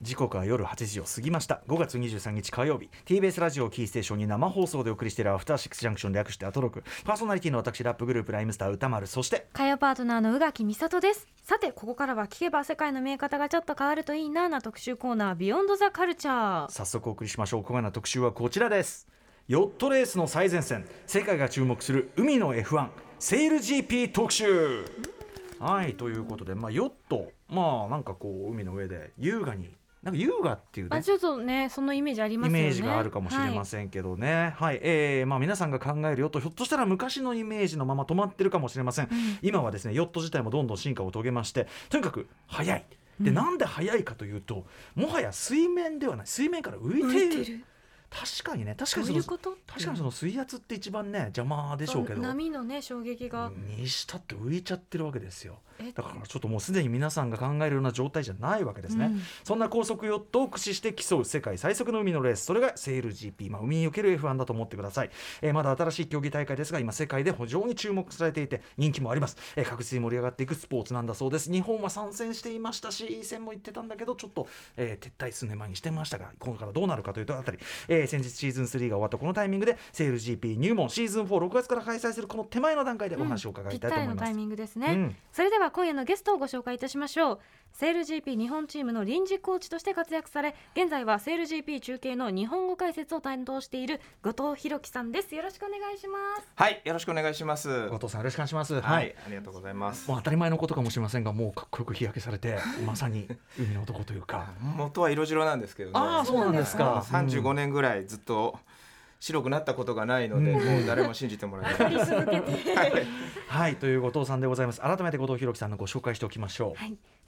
時刻は夜8時を過ぎました。5月23日火曜日、 TBS ラジオキーステーションに生放送でお送りしているアフターシックスジャンクション、略してアトロク。パーソナリティの私ラップグループライムスター歌丸、そして火曜パートナーの宇垣美里です。さてここからは聞けば世界の見え方がちょっと変わるといいな特集コーナー、ビヨンドザカルチャー。 早速お送りしましょう。今回の特集はこちらです。ヨットレースの最前線、世界が注目する海の F1 セール GP 特集。はい、ということで、ヨット、なんかこう海の上で優雅に、なんか優雅っていうね、 ちょっとねそのイメージありますよね。 イメージがあるかもしれませんけどね。はい、皆さんが考えるヨット、ひょっとしたら昔のイメージのまま止まってるかもしれません。今はですね、ヨット自体もどんどん進化を遂げまして、とにかく速い。で、なんで速いかというと、もはや水面ではない、水面から浮いている。確かにその水圧って一番ね邪魔でしょうけど、 波のね衝撃がにしたって浮いちゃってるわけですよ。だからちょっともうすでに皆さんが考えるような状態じゃないわけですね。そんな高速ヨットを駆使して競う世界最速の海のレース、それがセール GP、海における F1 だと思ってください。まだ新しい競技大会ですが、今世界で非常に注目されていて人気もあります。確実に盛り上がっていくスポーツなんだそうです。日本は参戦していましたし、いい線も言ってたんだけど、ちょっと、撤退数年前にしてましたが、今からどうなるかというとあたり、先日シーズン3が終わったこのタイミングでセール GP 入門、シーズン4、6月から開催するこの手前の段階でお話を伺いたいと思います。 ぴったりのタイミングですね。それでは今夜のゲストをご紹介いたしましょう。セール GP 日本チームの臨時コーチとして活躍され、現在はセール GP 中継の日本語解説を担当している後藤弘樹さんです。よろしくお願いします。 はい、よろしくお願いします。 後藤さん、よろしくお願いします。 はい、ありがとうございます。 もう当たり前のことかもしれませんが、もうかっこよく日焼けされてまさに海の男というか元は色白なんですけどね。 ああ、そうなんですか。 35年ぐらいずっと白くなったことがないので、もう誰も信じてもらえないはい、という後藤さんでございます。改めて後藤弘樹さんのご紹介しておきましょう。 はい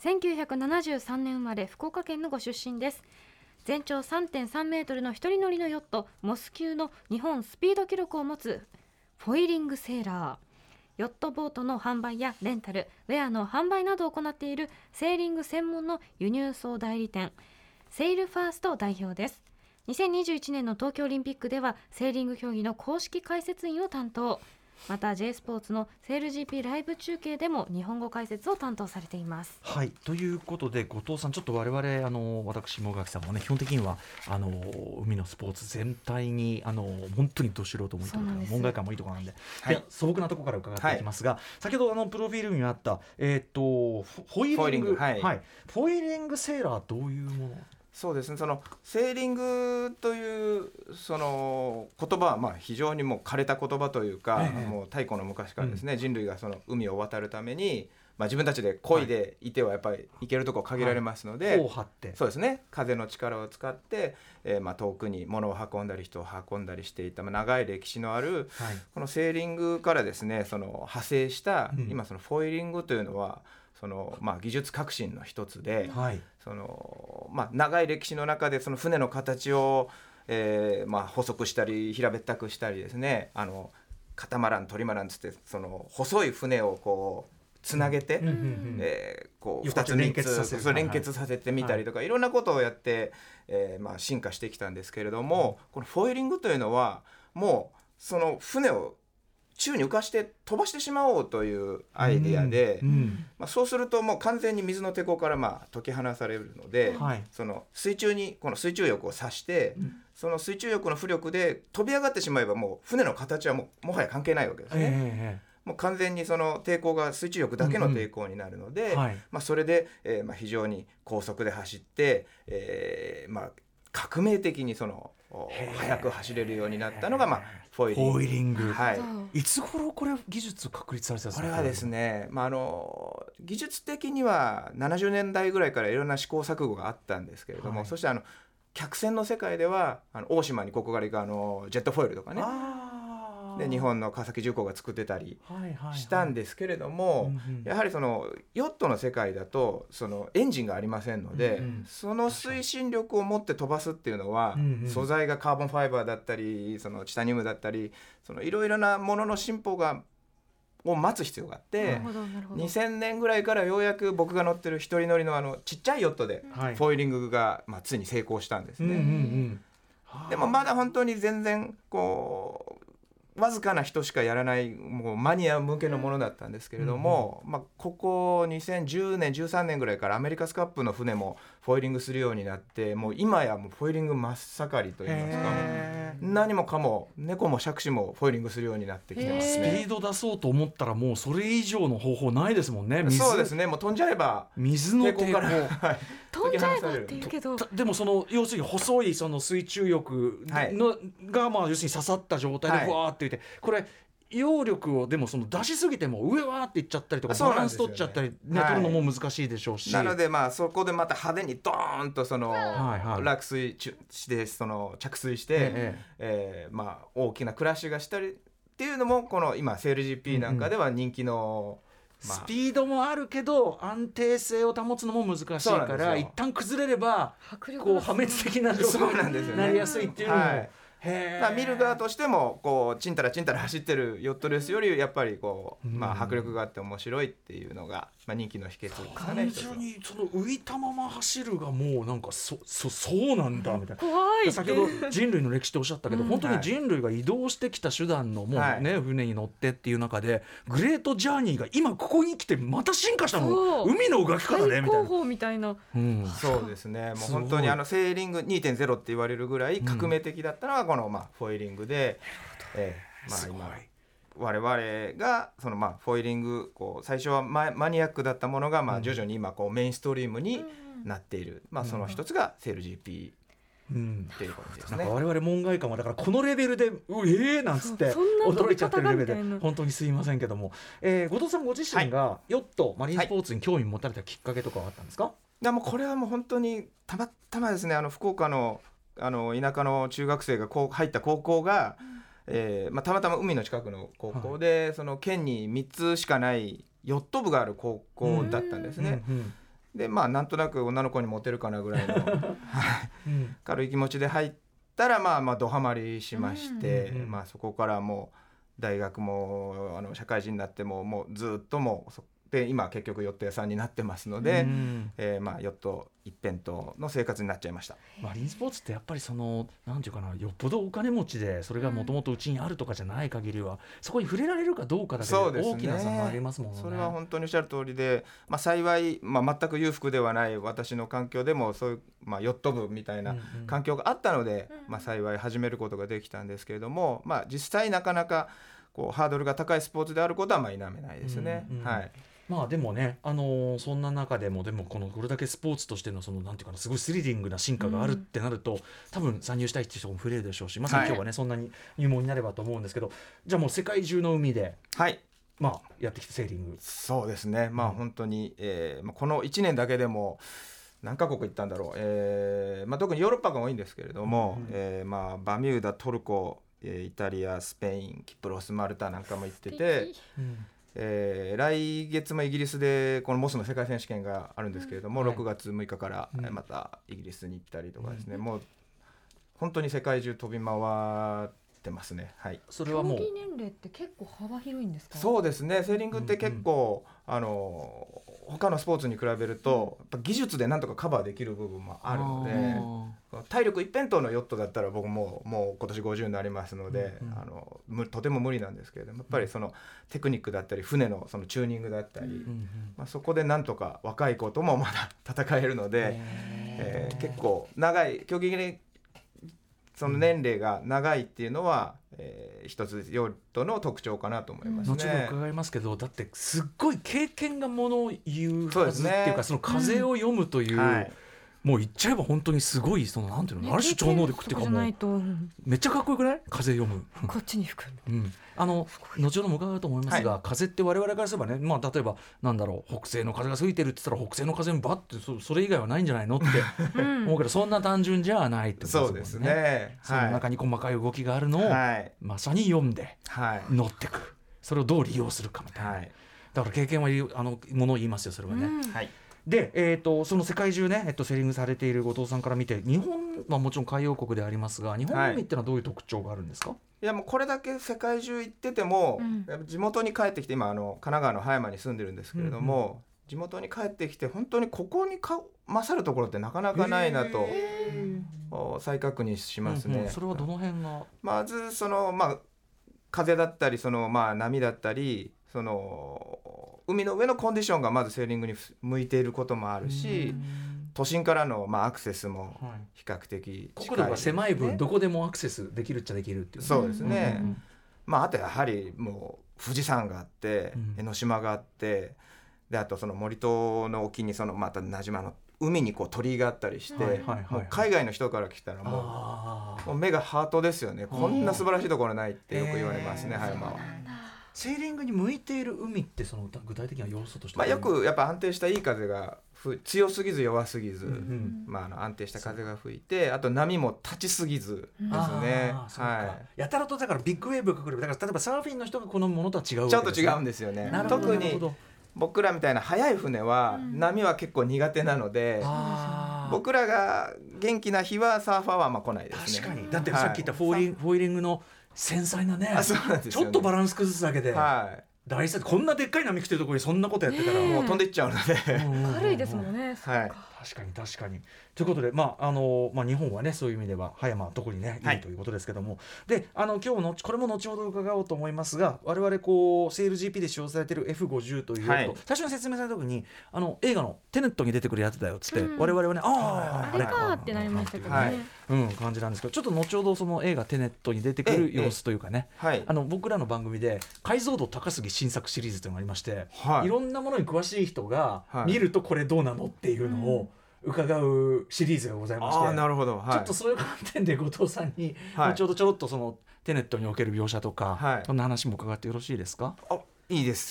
、1973年生まれ、福岡県のご出身です。全長 3.3 メートルの一人乗りのヨットモス級の日本スピード記録を持つフォイリングセーラー、ヨットボートの販売やレンタル、ウェアの販売などを行っているセーリング専門の輸入総代理店、セイルファースト代表です。2021年の東京オリンピックではセーリング競技の公式解説員を担当、また J スポーツのセール GP ライブ中継でも日本語解説を担当されています。 はい、ということで後藤さん、ちょっと我々私も垣さんもね、基本的には海のスポーツ全体に本当にど素人もいいところ、門外漢もいいところなんで、はい、素朴なところから伺っていきますが、先ほどプロフィールにあったフォイリング、フォイリングセーラー、どういうもの？ そうですね、そのセーリングというその言葉は非常にもう枯れた言葉というか、もう太古の昔からですね、人類がその海を渡るために、自分たちで漕いでいてはやっぱり行けるところ限られますので、 帆を張って、 そうですね、風の力を使って、遠くに物を運んだり人を運んだりしていた、長い歴史のある、このセーリングからですね、その派生した、今そのフォイリングというのはその技術革新の一つで、その長い歴史の中でその船の形を、細くしたり平べったくしたりですね、カタマラントリマランつってその細い船をこうつなげて、こう2つ3つ連結させてみたりとか、いろんなことをやって、進化してきたんですけれども、このフォイリングというのはもうその船を宙に浮かして飛ばしてしまおうというアイデアで、そうするともう完全に水の抵抗から解き放されるので、その水中にこの水中翼を刺して、その水中翼の浮力で飛び上がってしまえば、もう船の形はもはや関係ないわけですね。もう完全にその抵抗が水中翼だけの抵抗になるので、それで、非常に高速で走って、革命的にその速く走れるようになったのが、フォイリング。 いつ頃これ技術確立されてたんですか？ これはですね、技術的には70年代ぐらいからいろんな試行錯誤があったんですけれども、そして客船の世界では大島にここから行くジェットフォイルとかね、で日本の川崎重工が作ってたりしたんですけれども、やはりそのヨットの世界だとそのエンジンがありませんので、その推進力を持って飛ばすっていうのは、素材がカーボンファイバーだったり、そのチタニウムだったり、そのいろいろなものの進歩を待つ必要があって、2000年ぐらいからようやく僕が乗ってる一人乗りのちっちゃいヨットでフォイリングがついに成功したんですね。でもまだ本当に全然こうわずかな人しかやらない、もうマニア向けのものだったんですけれども、ここ2010年13年ぐらいからアメリカスカップの船もフォイリングするようになって、もう今やもうフォイリング真っ盛りといいますか、何もかも猫も杓子もフォイリングするようになってきてますね。 スピード出そうと思ったらもうそれ以上の方法ないですもんね。 そうですね、もう飛んじゃえば水の抵抗から飛んじゃえばって言うけど、 でもその要するに細いその水中翼の、がまあ要するに刺さった状態でふわーっていって、これ揚力をでもその出しすぎても上はっていっちゃったりとか、バランス取っちゃったり、ね、取るのも難しいでしょうし、 なのでまあそこでまた派手にドーンとその落水してその着水して、まあ大きなクラッシュがしたりっていうのもこの今セール GP なんかでは人気の、 スピードもあるけど安定性を保つのも難しいから一旦崩れればこう破滅的な状況になりやすいっていうのも、 見る側としてもこうちんたらちんたら走ってるヨットレースよりやっぱりこう、まあ、迫力があって面白いっていうのが、まあ、人気の秘訣ですかね。 単純にその浮いたまま走るがもうなんかそうなんだみたいな、 怖い。 先ほど人類の歴史っておっしゃったけど、本当に人類が移動してきた手段のもうね、船に乗ってっていう中でグレートジャーニーが今ここに来てまた進化したの、海の動き方ねみたいな。 最高峰みたいな、 そうですね、もう本当にセーリング 2.0 って言われるぐらい革命的だったのはこの、まあ、フォイリングで、まあ、今我々がその、まあ、フォイリングこう最初はマニアックだったものが、まあ、徐々に今こうメインストリームになっている、まあ、その一つがセール GP、っていう感じですね。 なんか我々門外漢はだからこのレベルでなんつって驚いちゃってるレベルで本当にすいませんけども、後藤さんご自身がヨット、マリンスポーツに興味持たれたきっかけとかはあったんですか？ いやもうこれはもう本当にたまたまですね、福岡の田舎の中学生が入った高校が、まあ、たまたま海の近くの高校で、その県に3つしかないヨット部がある高校だったんですね。でまあなんとなく女の子にモテるかなぐらいの軽い気持ちで入ったら、まあドハマりしまして、まあそこからもう大学も社会人になってもうずっともうで今結局ヨット屋さんになってますので、まあヨット一辺倒の生活になっちゃいました。 マリンスポーツってやっぱりそのなんていうかな、よっぽどお金持ちでそれがもともとうちにあるとかじゃない限りは、そこに触れられるかどうかだけで大きな差がありますもんね。 それは本当におっしゃる通りで、まあ、幸い、まあ、全く裕福ではない私の環境でもそういう、まあ、ヨット部みたいな環境があったので、まあ、幸い始めることができたんですけれども、まあ、実際なかなかこうハードルが高いスポーツであることはまあ否めないですね。 まあでもね、そんな中でもこれだけスポーツとしてのそのなんていうかな、すごいスリリングな進化があるってなると、多分参入したいっていう人も増えるでしょうし、まさに今日はね、そんなに入門になればと思うんですけど、じゃあもう世界中の海で、まあやってきてセーリング。 そうですね、まあ本当に、この1年だけでも何カ国行ったんだろう、まあ、特にヨーロッパが多いんですけれども、まあ、バミューダ、トルコ、イタリア、スペイン、キプロス、マルタなんかも行ってて、来月もイギリスでこのモスの世界選手権があるんですけれども、6月6日からまたイギリスに行ったりとかですね、もう本当に世界中飛び回ってますね。 それはもう競技年齢って結構幅広いんですか？ そうですね、セーリングって結構、他のスポーツに比べるとやっぱ技術でなんとかカバーできる部分もあるので、体力一辺倒のヨットだったら僕もう今年50になりますので、とても無理なんですけれども、やっぱりそのテクニックだったり船のそのチューニングだったり、まあ、そこでなんとか若い子ともまだ戦えるので、結構長い競技にその年齢が長いっていうのは、一つヨットの特徴かなと思いますね。 後ほど伺いますけど、だってすっごい経験がものを言うはずっていうか、その風を読むという、もう言っちゃえば本当にすごいそのなんていうの、ある種超能力っていうか、もうめっちゃかっこよくない？風読む。 こっちに吹く。 後ほども伺うと思いますが、風って我々からすればね、まあ例えばなんだろう、北西の風が吹いてるって言ったら北西の風にバッてそれ以外はないんじゃないのって思うけど、そんな単純じゃないってことですもんね。そうですね。その中に細かい動きがあるのを、まさに読んで乗ってく、それをどう利用するかみたいな。だから経験はものを言いますよ、それはね。で、その世界中ね、セーリングされている後藤さんから見て、日本はもちろん海洋国でありますが、日本の海ってのはどういう特徴があるんですか？ いやもうこれだけ世界中行ってても、地元に帰ってきて、今神奈川の葉山に住んでるんですけれども、地元に帰ってきて本当にここに勝るところってなかなかないなと再確認しますね。 それはどの辺が？ まずその、まあ、風だったりまあ、波だったり、その海の上のコンディションがまずセーリングに向いていることもあるし、 都心からのアクセスも比較的近い、 国土が狭い分どこでもアクセスできるっちゃできるっていう、 そうですね、あとやはりもう富士山があって、江ノ島があって、であとその森戸の沖にまた名島の海に鳥居があったりして、もう海外の人から来たらもう目がハートですよね。こんな素晴らしいところないってよく言われますね、葉山は。 セーリングに向いている海って具体的な要素としては、 よくやっぱ安定したいい風が強すぎず弱すぎず、安定した風が吹いて、あと波も立ちすぎずですね、 やたらとだからビッグウェーブが来る、だから例えばサーフィンの人が好むものとは違うわけですね。ちょっと違うんですよね。特に僕らみたいな速い船は波は結構苦手なので、僕らが元気な日はサーファーは来ないですね。 確かに、だってさっき言ったフォイリングの繊細なね、ちょっとバランス崩すだけで、大事、こんなでっかい波来てるところにそんなことやってたらもう飛んでいっちゃうので軽いですもんね。 確かにということで、日本はねそういう意味では葉山は特にねいいということですけども、で今日のこれも後ほど伺おうと思いますが、我々セール GP で使用されている F50 というヨット、最初に説明された時に映画のテネットに出てくるやつだよっつって、我々はねあれかってなりましたけどね、 感じなんですけど、ちょっと後ほどその映画テネットに出てくる様子というかね、僕らの番組で解像度高すぎ新作シリーズというのがありまして、いろんなものに詳しい人が見るとこれどうなのっていうのを伺うシリーズがございまして、 なるほど、 ちょっとそういう観点で後藤さんに後ほどちょろっとそのテネットにおける描写とか、そんな話も伺ってよろしいですか？ いいです。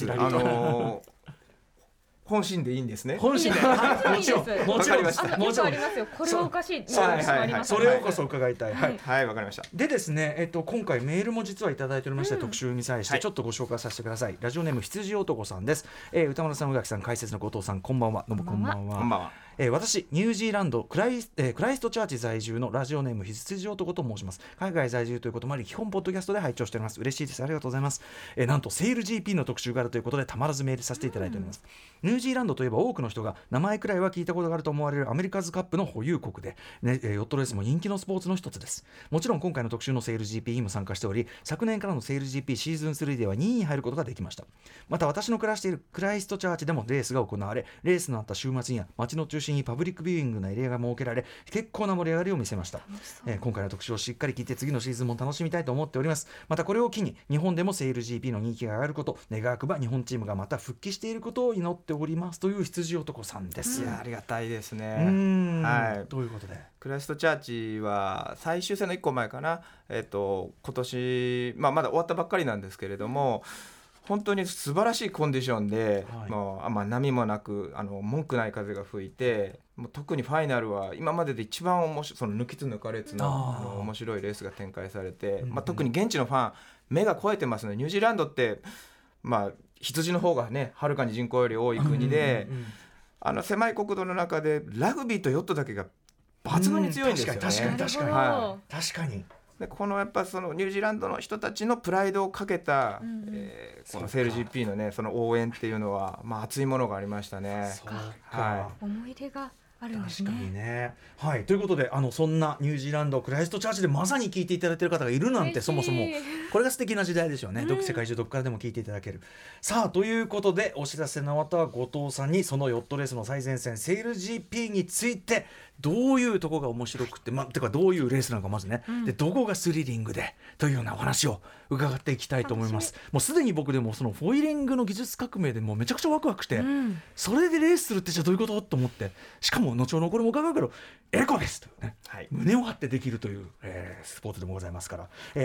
本心でいいんですね。 本心でもちろんもちろんありますよ。これはおかしい。 それをこそ伺いたい。 はい、わかりました。 でですね、今回メールも実はいただいておりまして、特集に際してちょっとご紹介させてください。ラジオネーム羊男さんです。歌丸さん、宇垣さん、解説の後藤さん、こんばんは。どうもこんばんは。 こんばんは。 私ニュージーランドクライストチャーチ在住のラジオネーム羊男と申します。海外在住ということもあり基本ポッドキャストで拝聴しております。嬉しいです。ありがとうございます。なんとセール GP の特集があるということでたまらずメールさせていただいております。ニュージーランドといえば多くの人が名前くらいは聞いたことがあると思われるアメリカズカップの保有国で、ヨットレースも人気のスポーツの一つです。もちろん今回の特集のセール GP にも参加しており、昨年からのセール GP シーズン3では2位に入ることができました。また私の暮らしているクライストチャーチでもレースが行われ、レースのあった週末には街の中心にパブリックビューイングなエリアが設けられ、結構な盛り上がりを見せました。今回の特集をしっかり聞いて次のシーズンも楽しみたいと思っております。またこれを機に日本でもセール GP の人気が上がること、願わくば日本チームがまた復帰していることを祈っておりますという羊男さんです。 いやありがたいですね。 どういうことでクライストチャーチは最終戦の1個前かな、今年、まだ終わったばっかりなんですけれども、本当に素晴らしいコンディションで、もう波もなく文句ない風が吹いて、もう特にファイナルは今までで一番その抜きつ抜かれつの面白いレースが展開されて、特に現地のファン目が超えてますね。ニュージーランドって羊の方がねはるかに人口より多い国で、狭い国土の中でラグビーとヨットだけが抜群に強いんですよね。 確かにでこのやっぱそのニュージーランドの人たちのプライドをかけた、このセール GP のねその応援っていうのは熱いものがありましたね。 思い出があるんですね。 確かにね。ということでそんなニュージーランドクライストチャーチでまさに聞いていただいている方がいるなんて、そもそもこれが素敵な時代ですよね。世界中どこからでも聞いていただける。さあということでお知らせの後は後藤さんにそのヨットレースの最前線セール GP についてどういうところが面白くて、てかどういうレースなのかまずね、でどこがスリリングでというようなお話を伺っていきたいと思います。もうすでに僕でもそのフォイリングの技術革命でもうめちゃくちゃワクワクして、それでレースするってじゃあどういうことと思って、しかも後ほどこれも伺うけどエコですというね、胸を張ってできるという、スポーツでもございますから、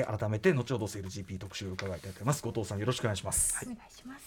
改めて後ほどセール GP 特集を伺いたいと思います。後藤さんよろしくお願いします。 お願いします。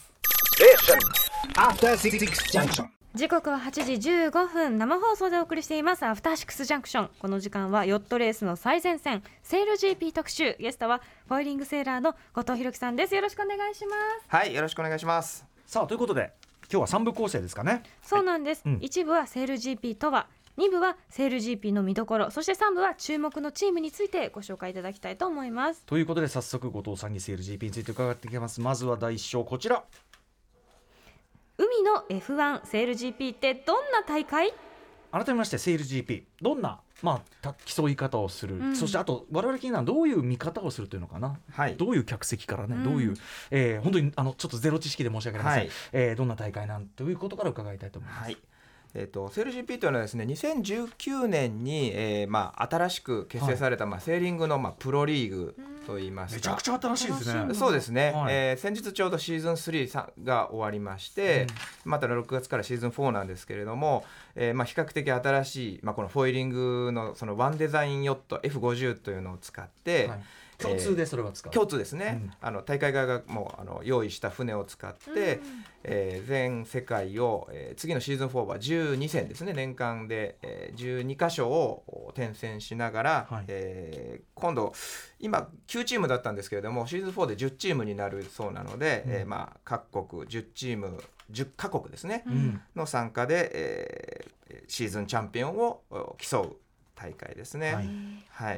After 6 junction。 時刻は8時15分、生放送でお送りしていますアフターシックスジャンクション。この時間はヨットレースの最前線セール GP 特集、ゲストはフォイリングセーラーの後藤弘樹さんです。よろしくお願いします。 はい、よろしくお願いします。 さあということで今日は3部構成ですかね。 そうなんです、1部はセール GP とは、2部はセール GP の見どころ、そして3部は注目のチームについてご紹介いただきたいと思います。 ということで早速後藤さんにセール GP について伺っていきます。まずは第1章こちら。 海の F1 セール GP ってどんな大会？ 改めましてセール GP どんな、競い方をする、そしてあと我々気になるどういう見方をするというのかな、どういう客席からね、どういう、本当にちょっとゼロ知識で申し訳ありません、どんな大会なんということから伺いたいと思います。 SailGP というのはですね2019年に、新しく結成された、セーリングの、プロリーグといいますか、 めちゃくちゃ新しいですね。 そうですね、 はい先日ちょうどシーズン3が終わりまして、また6月からシーズン4なんですけれども、比較的新しい、このフォイリングのそのワンデザインヨット F50 というのを使って、 はい、共通でそれは使う、 共通ですね、大会側がもう用意した船を使って、全世界を、次のシーズン4は12戦ですね、年間で、12カ所を転戦しながら、 はい今度今9チームだったんですけれどもシーズン4で10チームになるそうなので、各国10チーム10カ国ですね、の参加で、シーズンチャンピオンを競う大会ですね。 はいはい、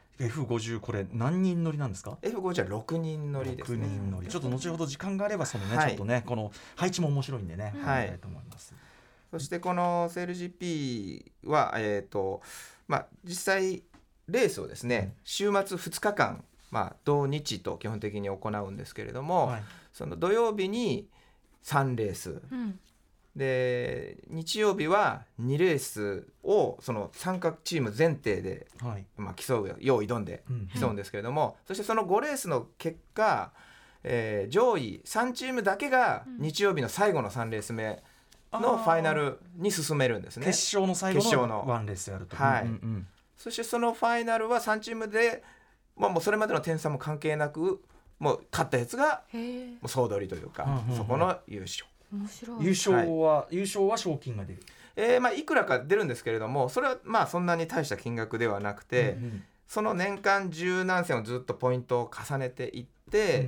F50 これ何人乗りなんですか？ F50 は6人乗りですね。 6人乗り、ちょっと後ほど時間があればそのね、 はいちょっとねこの配置も面白いんでね、 はいやりたいと思います。 そしてこの SailGP は、実際レースをですね、週末2日間、土日と基本的に行うんですけれども、 はいその土曜日に3レース、で日曜日は2レースをその参加チーム前提で、 はい競うよう挑んで競うんですけれども、そしてその5レースの結果、上位3チームだけが日曜日の最後の3レース目のファイナルに進めるんですね。 決勝の最後決勝ののワンレースやると、 はいそしてそのファイナルは3チームで、もうそれまでの点差も関係なくもう勝ったやつがもう総取りというか、そこの優勝。 面白い。 優勝は賞金が出る、 いくらか出るんですけれども、それはそんなに大した金額ではなくて、その年間十何戦をずっとポイントを重ねていって、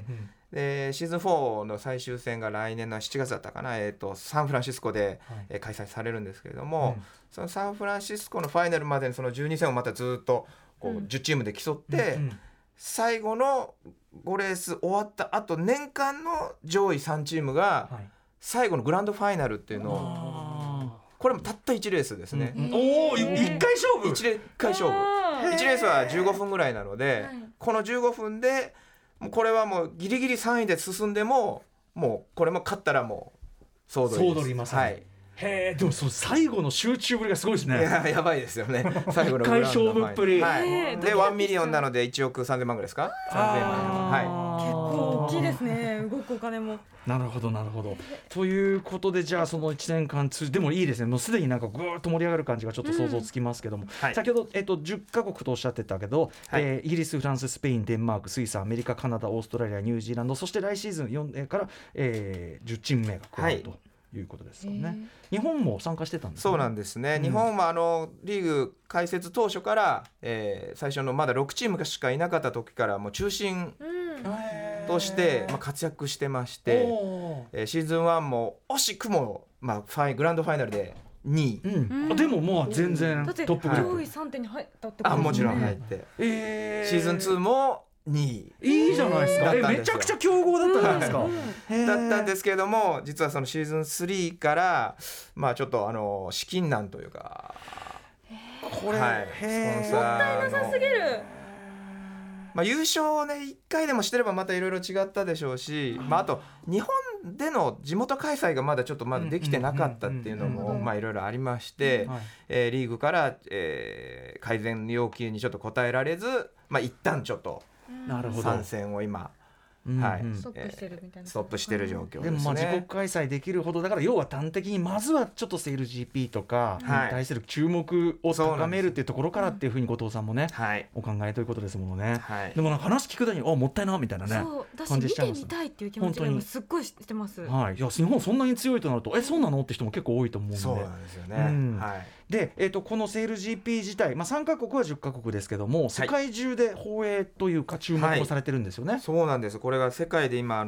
でシーズン4の最終戦が来年の7月だったかな、サンフランシスコで、開催されるんですけれども、そのサンフランシスコのファイナルまでのその12戦をまたずっとこう10チームで競って、最後の5レース終わった後、年間の上位3チームが最後のグランドファイナルっていうのを、これもたった1レースですね。 おお、1回勝負。 1回勝負。1レースは15分ぐらいなので、この15分でもうこれはもうギリギリ3位で進んでも、もうこれも勝ったらもう総取りです。総取りますね。はい。へえ、でもその最後の集中ぶりがすごいですね。 いやばいですよね。最後の 1回勝負っぷり。 で1ミリオンなので1億3000万ぐらいですか？3000 万。結構大きいですね。動くお金も。 なるほどなるほど。ということで、じゃあその1年間でもいいですね。もうすでになんかぐーっと盛り上がる感じがちょっと想像つきますけども、先ほど10カ国とおっしゃってたけど、イギリス、フランス、スペイン、デンマーク、スイス、アメリカ、カナダ、オーストラリア、ニュージーランド、そして来シーズン4から、10チーム目が加わると。いうことですよね。日本も参加してたんですか？ そうなんですね。日本はリーグ開設当初から、最初のまだ6チームしかいなかった時からもう中心として、活躍してまして、シーズン1も惜しくも、グランドファイナルで2位、 でももう全然トップグループ、 上位3点に入ったってことですね。 もちろん入って、シーズン2も2位。 いいじゃないですか。めちゃくちゃ強豪だったじゃないですか。 だったんですけれども、実はそのシーズン3からちょっと資金難というか、 これ、 スポンサーもったいなさすぎる。 優勝をね1回でもしてればまたいろいろ違ったでしょうし、あと日本での地元開催がまだちょっとまだできてなかったっていうのもいろいろありまして、リーグから、改善要求にちょっと応えられず、一旦ちょっと参戦を今ストップしてるみたいな、 ストップしてる状況ですね。 でも自国開催できるほどだから、要は端的にまずはちょっとSailGPとかに対する注目を高めるっていうところからっていうふうに後藤さんもね、お考えということですものね。でもなんか話聞くだけにもったいなみたいなね感じしちゃいます。 見てみたいっていう気持ちが今すっごいしてます。 いや日本そんなに強いとなるとそうなのって人も結構多いと思うので。 そうなんですよね。 で、このSailGP自体、参加国は10カ国ですけども、世界中で放映というか注目をされてるんですよね。 そうなんです。これが世界で今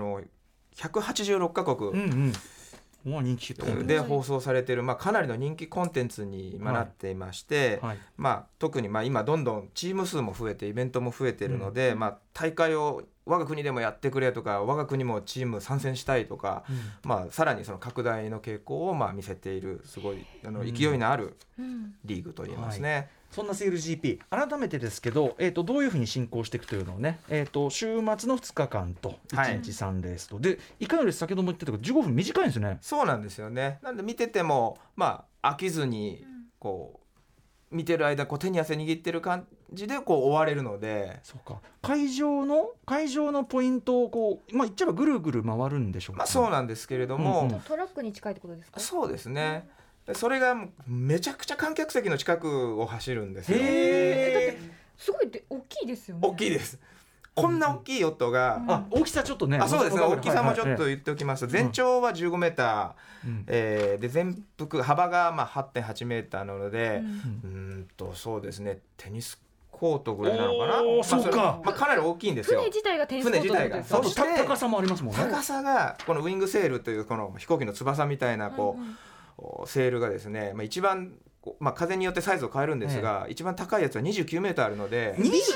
186カ国人気で放送されている、かなりの人気コンテンツになっていまして、特に今どんどんチーム数も増えてイベントも増えているので、大会を我が国でもやってくれとか、我が国もチーム参戦したいとか、さらにその拡大の傾向を見せているすごい勢いのあるリーグといえますね。 そんなセール GP 改めてですけど、どういうふうに進行していくというのをね、週末の2日間と1日3レースと、でいかより先ほども言ってたけど15分短いんですね。 そうなんですよね。なんで見てても飽きずにこう見てる間手に汗握ってる感じで終われるので。 そうか、会場のポイントを言っちゃえばぐるぐる回るんでしょうか、 そうなんですけれども、 トラックに近いってことですか？ そうですね。それがめちゃくちゃ観客席の近くを走るんですよ。 だってすごい大きいですよね。 大きいです。こんな大きいヨットが、 大きさちょっとね、 そうですね、大きさもちょっと言っておきますと、全長は15メーター、で全幅幅が8.8 メーターなので、そうですね、テニスコートぐらいなのかな。 そうか、 かなり大きいんですよ。 船自体がテニスコートということですか？ そして高さもありますもんね。 高さがこのウィングセールというこの飛行機の翼みたいなセールがですね、一番風によってサイズを変えるんですが、一番高いやつは29メートルあるので。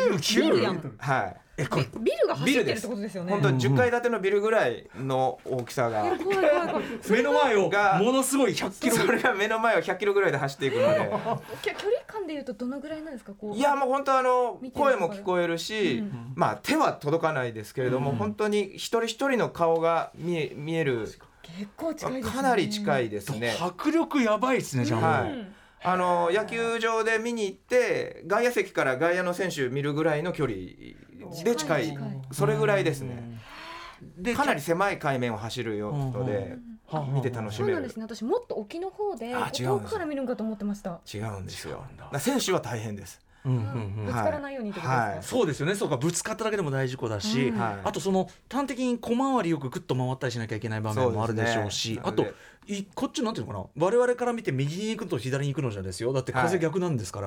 29？ はい。 ビルが走ってるってことですよね。 本当に10階建てのビルぐらいの大きさが、 目の前をものすごい100キロ、 それが目の前を100キロぐらいで走っていくので距離感でいうとどのぐらいなんですか？ いやもう本当声も聞こえるし、手は届かないですけれども、本当に一人一人の顔が見える。 結構近いですね。 かなり近いですね。 迫力やばいですね。じゃあ野球場で見に行って外野席から外野の選手見るぐらいの距離で近い、それぐらいですね。でかなり狭い海面を走るので見て楽しめる。 そうなんですね。私もっと沖の方で遠くから見るんかと思ってました。 違うんですよ。選手は大変です。 ぶつからないようにってことですか？ そうですよね。そうか、ぶつかっただけでも大事故だし、あと端的に小回りよくグッと回ったりしなきゃいけない場面もあるでしょうし、あとこっちなんていうのかな、我々から見て右に行くのと左に行くのじゃですよ。だって風逆なんですから、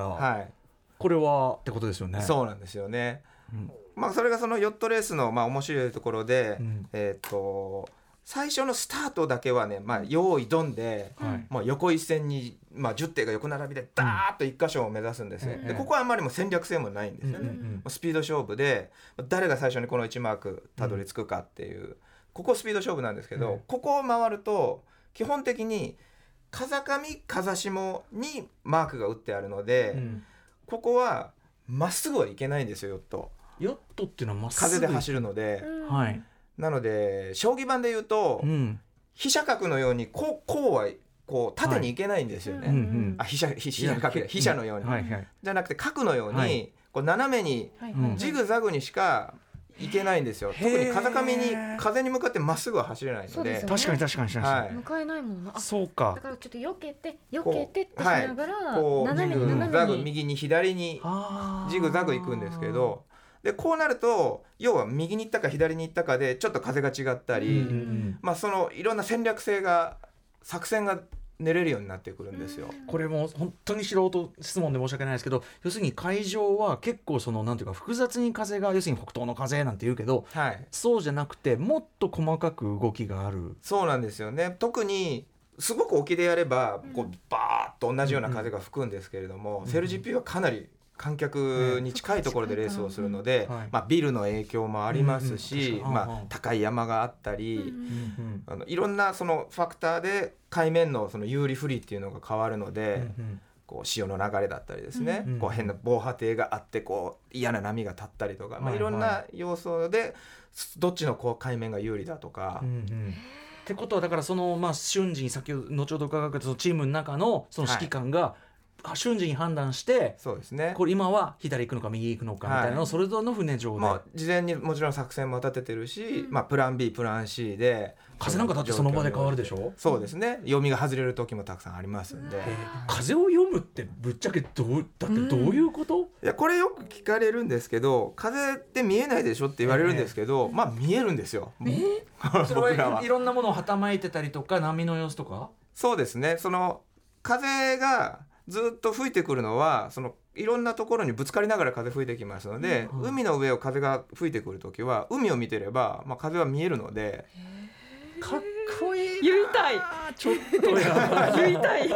これはってことですよね。 そうなんですよね。それがそのヨットレースの面白いところで、最初のスタートだけはね、用意ドンで、横一線に、10艇が横並びでダーッと一箇所を目指すんですね。でここはあんまりも戦略性もないんですよね。スピード勝負で誰が最初にこの1マークたどり着くかっていう、ここスピード勝負なんですけど、ここを回ると基本的に風上風下にマークが打ってあるので、ここはまっすぐはいけないんですよ。ヨットっていうのはまっすぐ風で走るので、なので将棋盤で言うと、飛車角のようにこうは縦に行けないんですよね。飛車のように、じゃなくて角のように斜めにジグザグにしか行けないんですよ。特に風上に風に向かってまっすぐは走れないので。 確かに向かえないもんな。 そうか。 だからちょっと避けてってしながら斜めに右に左にジグザグ行くんですけど、でこうなると要は右に行ったか左に行ったかでちょっと風が違ったり、そのいろんな戦略性が作戦が練れるようになってくるんですよ。 これも本当に素人質問で申し訳ないですけど、要するに海上は結構なんていうか複雑に風が、要するに北東の風なんて言うけど、そうじゃなくてもっと細かく動きがある。 そうなんですよね。特にすごく沖でやればバーッと同じような風が吹くんですけれども、セル GP はかなり観客に近いところでレースをするので、ビルの影響もありますし、高い山があったり、いろんなそのファクターで海面のその有利不利っていうのが変わるので、潮の流れだったりですね、変な防波堤があって嫌な波が立ったりとか、いろんな要素でどっちの海面が有利だとか。 ってことはだから瞬時に後ほど伺うけどチームの中のその指揮官が、瞬時に判断して、 そうですね、 これ今は左行くのか右行くのかみたいなのをそれぞれの船上で、 事前にもちろん作戦も立ててるし、プラン B プラン C で風なんかだってその場で変わるでしょ。 そうですね、読みが外れる時もたくさんありますんで、 風を読むってぶっちゃけだってどういうこと？ いやこれよく聞かれるんですけど、風って見えないでしょって言われるんですけど、見えるんですよ。 それはいろんなものをはたまいてたりとか波の様子とか。 そうですね、その風がずっと吹いてくるのはいろんなところにぶつかりながら風吹いてきますので、海の上を風が吹いてくるときは海を見てれば、風は見えるので。 かっこいい。 言いたい。 ちょっとやばい。 言いたい。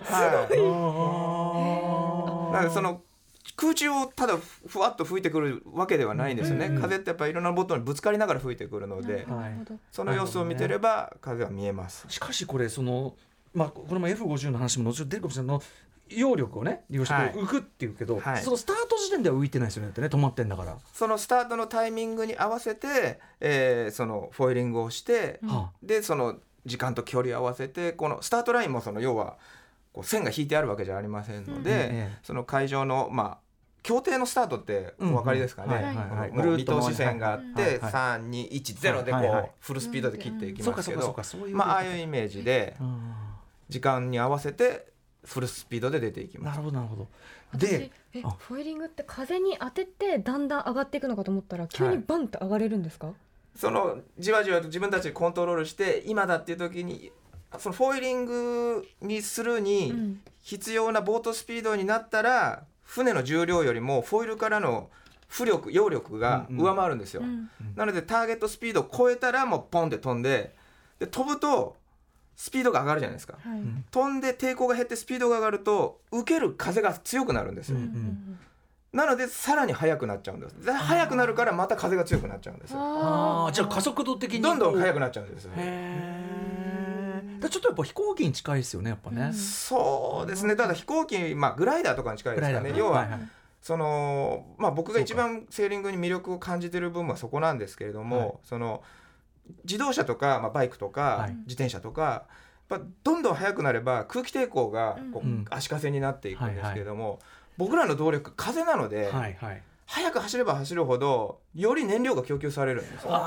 なのでその空中をただふわっと吹いてくるわけではないんですよね。風ってやっぱりいろんなボトルにぶつかりながら吹いてくるので、その様子を見てれば風は見えます。 しかしこれこれも F50 の話も後ほど出るかもしれない揚力をね利用して浮くっていうけど、そのスタート時点では浮いてないですよねってね、止まってんだから。 そのスタートのタイミングに合わせて、そのフォイリングをして、でその時間と距離を合わせて、このスタートラインもその要はこう線が引いてあるわけじゃありませんので、その会場の競艇のスタートってお分かりですかね。見通し線があって、3、2、1、0でこうフルスピードで切っていきますけど、ああいうイメージで時間に合わせてフルスピードで出ていきます。 なるほどなるほど。 でフォイリングって風に当ててだんだん上がっていくのかと思ったら、急にバンって上がれるんですか？ そのじわじわと自分たちでコントロールして、今だっていう時にそのフォイリングにするに必要なボートスピードになったら、船の重量よりもフォイルからの揚力が上回るんですよ。なのでターゲットスピードを超えたらもうポンって飛んで、飛ぶとスピードが上がるじゃないですか、飛んで抵抗が減ってスピードが上がると受ける風が強くなるんですよ、なのでさらに速くなっちゃうんです。で速くなるからまた風が強くなっちゃうんですよ。 じゃあ加速度的にどんどん速くなっちゃうんですよ。 ちょっとやっぱ飛行機に近いですよね、やっぱね。 そうですね。ただ飛行機、グライダーとかに近いですかね。要は、その僕が一番セーリングに魅力を感じている部分はそこなんですけれども、その自動車とか、バイクとか、自転車とかやっぱどんどん速くなれば空気抵抗がこう、足かせになっていくんですけれども、僕らの動力風なので、速く走れば走るほどより燃料が供給されるんですよ。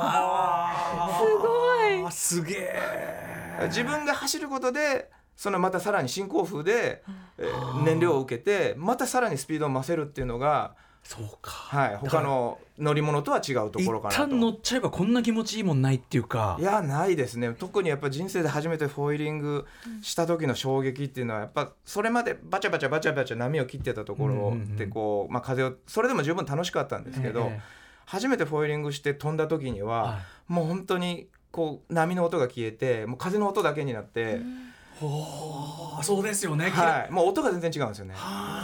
すごい、 すげえ。 自分が走ることでそのまたさらに進行風で、燃料を受けてまたさらにスピードを増せるっていうのが、 そうか、 他の乗り物とは違うところかなと。 一旦乗っちゃえばこんな気持ちいいもんないっていうか。 いやないですね。特にやっぱ人生で初めてフォイリングした時の衝撃っていうのは、やっぱそれまでバチャバチャ波を切ってたところでこう、風をそれでも十分楽しかったんですけど、初めてフォイリングして飛んだ時には、もう本当にこう波の音が消えて、もう風の音だけになって、 そうですよね、 もう音が全然違うんですよね。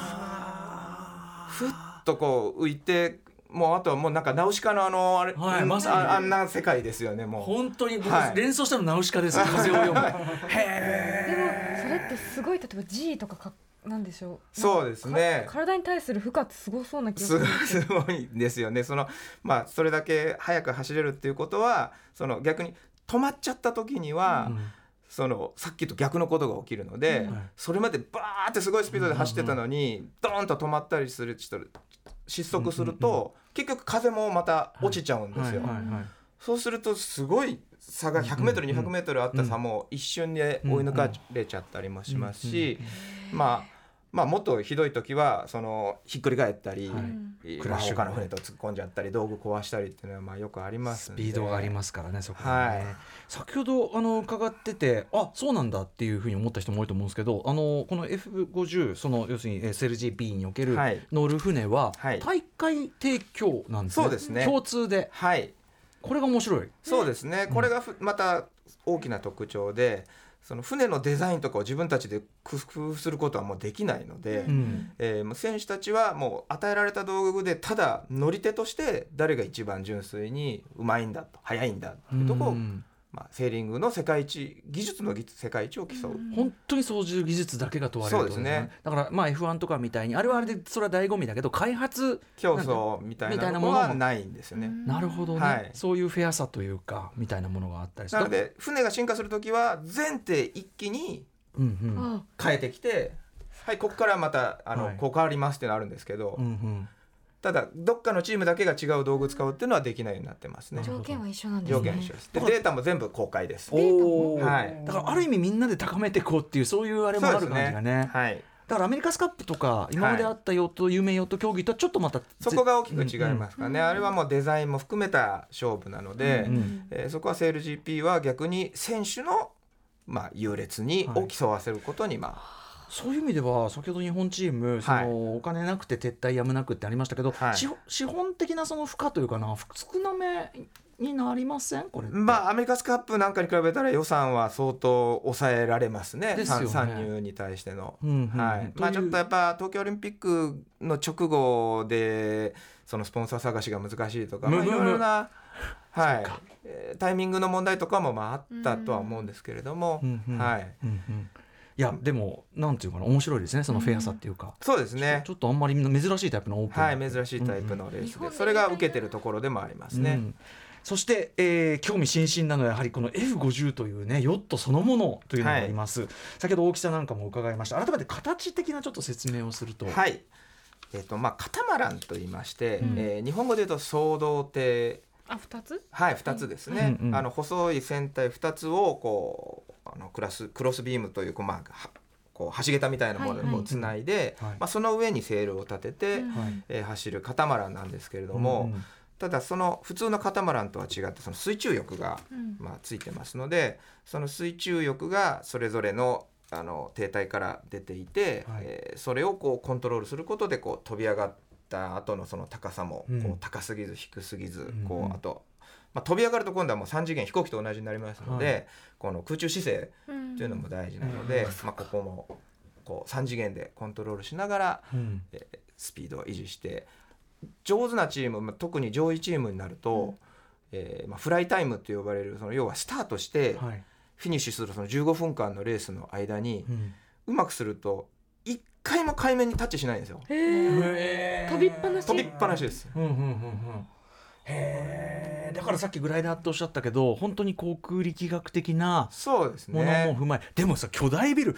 ふっとこう浮いて、もうあとはもうなんかナウシカのあれ、 まさにあんな世界ですよね。もう本当に僕、連想したのナウシカですよ、風を読む。 でもそれってすごい、例えば G とかなんでしょう。 そうですね。 体に対する負荷ってすごそうな気がする。 すごいですよね。そのそれだけ速く走れるっていうことは、その逆に止まっちゃった時には、そのさっきと逆のことが起きるので、それまでバーってすごいスピードで走ってたのに、ドーンと止まったりする失速すると、結局風もまた落ちちゃうんですよ。そうするとすごい差が 100m 200m あった差も一瞬で追い抜かれちゃったりもしますし、もっとひどい時はそのひっくり返ったり、他の船と突っ込んじゃったり道具壊したりっていうのはよくありますので、 スピードがありますからね、そこはね。先ほど伺ってて、そうなんだっていうふうに思った人も多いと思うんですけど、この F50、その要するに SLGP における乗る船は大会提供なんですね。 そうですね、 共通で、これが面白い。 そうですね、これがまた大きな特徴で、その船のデザインとかを自分たちで工夫することはもうできないので、選手たちはもう与えられた道具でただ乗り手として誰が一番純粋にうまいんだと速いんだっていうところを、セーリングの世界一、技術の世界一を競う、 本当に操縦技術だけが問われる。 そうですね。 だからF1 とかみたいにあれはあれでそれは醍醐味だけど、開発競争みたいなものはないんですよね。 なるほどね、そういうフェアさというかみたいなものがあったりする。 なので船が進化するときは全艇一気に変えてきて、ここからまたこう変わりますっていうのあるんですけど、ただどっかのチームだけが違う道具使うっていうのはできないようになってますね。 条件は一緒なんですね。 条件は一緒です。でデータも全部公開です。 だからある意味みんなで高めていこうっていう、そういうあれもある感じがね。だからアメリカスカップとか今まであったヨット、有名ヨット競技とはちょっとまたそこが大きく違いますかね。あれはもうデザインも含めた勝負なので、そこはセール GP は逆に選手の優劣を競わせることにそういう意味では先ほど日本チームそのお金なくて撤退やむなくってありましたけど、資本的なその負荷というかな、少なめになりませんこれって。 アメリカスカップなんかに比べたら予算は相当抑えられますね。 ですよね、 参入に対しての、ちょっとやっぱ東京オリンピックの直後でそのスポンサー探しが難しいとか、いろいろなタイミングの問題とかもあったとは思うんですけれども、 いやでもなんていうかな面白いですねそのフェアさっていうか、 そうですね、 ちょっとあんまり珍しいタイプのオープン、 はい、珍しいタイプのレースで、それが受けてるところでもありますね。 そして、興味津々なのはやはりこの F50 というねヨットそのものというのがあります、先ほど大きさなんかも伺いました。改めて形的なちょっと説明をすると、 はい、カタマランと言いまして、日本語で言うと双胴艇、 2つ、 はい、2つですね、細い船体2つをこうクロスビームというこう橋桁みたいなものでこうつないで、その上にセールを立てて、走るカタマランなんですけれども、ただその普通のカタマランとは違ってその水中翼が、ついてますので、その水中翼がそれぞれの艇体から出ていて、それをこうコントロールすることでこう飛び上がった後のその高さもこう高すぎず低すぎず、こうあと、飛び上がると今度はもう3次元飛行機と同じになりますので、この空中姿勢というのも大事なので、ここもこう3次元でコントロールしながら、スピードを維持して上手なチーム、特に上位チームになると、フライタイムと呼ばれるその要はスタートしてフィニッシュするその15分間のレースの間に、うまくすると1回も海面にタッチしないんですよ。 飛びっぱなし、 飛びっぱなしです。 へだからさっきグライダーっておっしゃったけど本当に航空力学的なそうですねものも踏まえ、でもさ巨大ビル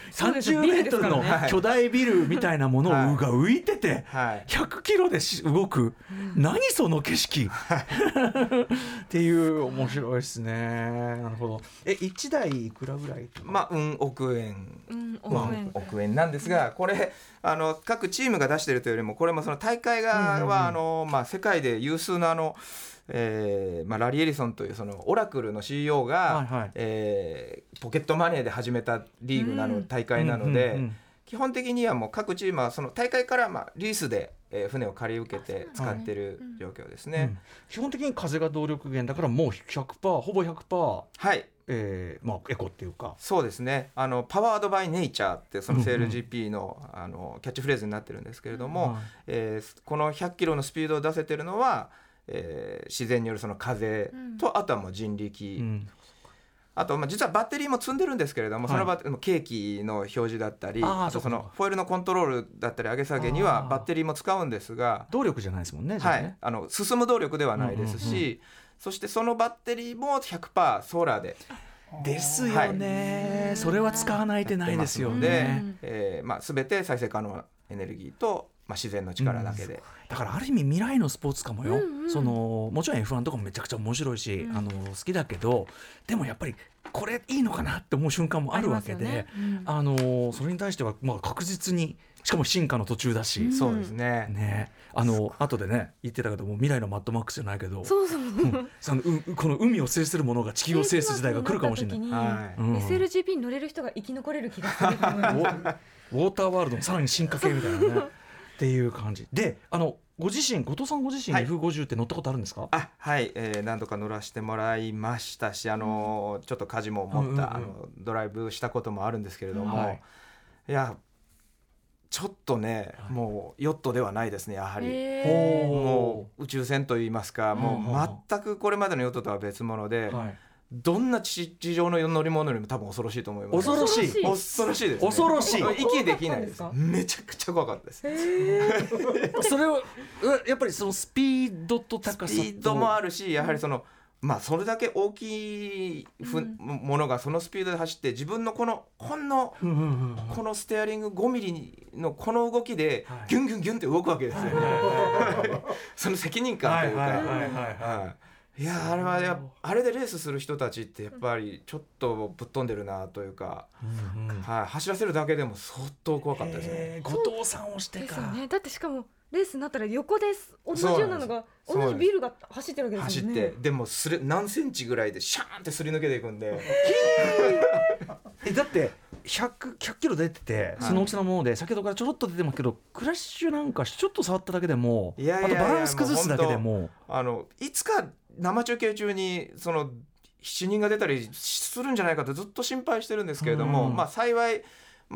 30メートルの巨大ビルみたいなものが浮いてて、100キロで動く、何その景色っていう面白いですね。なるほど。1台いくらぐらい？ 億円、億円なんですが、これ各チームが出しているというよりもこれもその大会側は世界で有数のラリー・エリソンというそのオラクルの CEO が、ポケットマネーで始めたリーグ大会なので、基本的にはもう各チームはその大会からリースで船を借り受けて使っている状況ですね。 基本的に風が動力源だからもう 100% ほぼ 100%、エコっていうか、 そうですね、パワードバイネイチャーってそのセール GP の、キャッチフレーズになってるんですけれども、この100キロのスピードを出せてるのは、自然によるその風と、あとはもう人力、あと実はバッテリーも積んでるんですけれども、そのバッテリーもケーキの表示だったり、あとそのフォイルのコントロールだったり上げ下げにはバッテリーも使うんですが、 動力じゃないですもんね。 進む動力ではないですし、そしてそのバッテリーも 100% ソーラーですよね、それは使わないとないですよね。 全て再生可能エネルギーと、自然の力だけで、 だからある意味未来のスポーツかもよ、もちろん F1 とかもめちゃくちゃ面白いし、好きだけど、でもやっぱりこれいいのかなって思う瞬間もあるわけで、それに対しては確実に、しかも進化の途中だし、 そうですね。 後でね言ってたけども、未来のマッドマックスじゃないけど、この海を制するものが地球を制す時代が来るかもしれない。 SLGP に乗れる人が生き残れる気がすると思います。 ウォーターワールドのさらに進化系みたいなねっていう感じで、後藤さんご自身 F50 って乗ったことあるんですか？ 何度か乗らせてもらいましたし、ちょっと舵も持った、ドライブしたこともあるんですけれども、いやちょっとね、もうヨットではないですね、やはり。もう宇宙船といいますか、もう全くこれまでのヨットとは別物で、どんな地上の乗り物よりも多分恐ろしいと思います。 恐ろしいですね。 恐ろしい。 息できないです。めちゃくちゃ怖かったです。 それをやっぱりそのスピードと高さと、 スピードもあるし、やはりそのそれだけ大きいものがそのスピードで走って、自分のこのステアリング5ミリのこの動きでギュンギュンギュンって動くわけですよね。その責任感というか、いやあれでレースする人たちってやっぱりちょっとぶっ飛んでるなというか、走らせるだけでも相当怖かったですね。 後藤さんをしてか、 だってしかもレースになったら横です同じようなのが同じビルが走ってるわけですよね。 走って、でも何センチぐらいでシャーンってすり抜けていくんでだって100キロ出てて、その大きさのもので、先ほどからちょろっと出てますけど、クラッシュなんかちょっと触っただけでも、あとバランス崩すだけでも、 いつか生中継中にその死人が出たりするんじゃないかとずっと心配してるんですけれども、幸い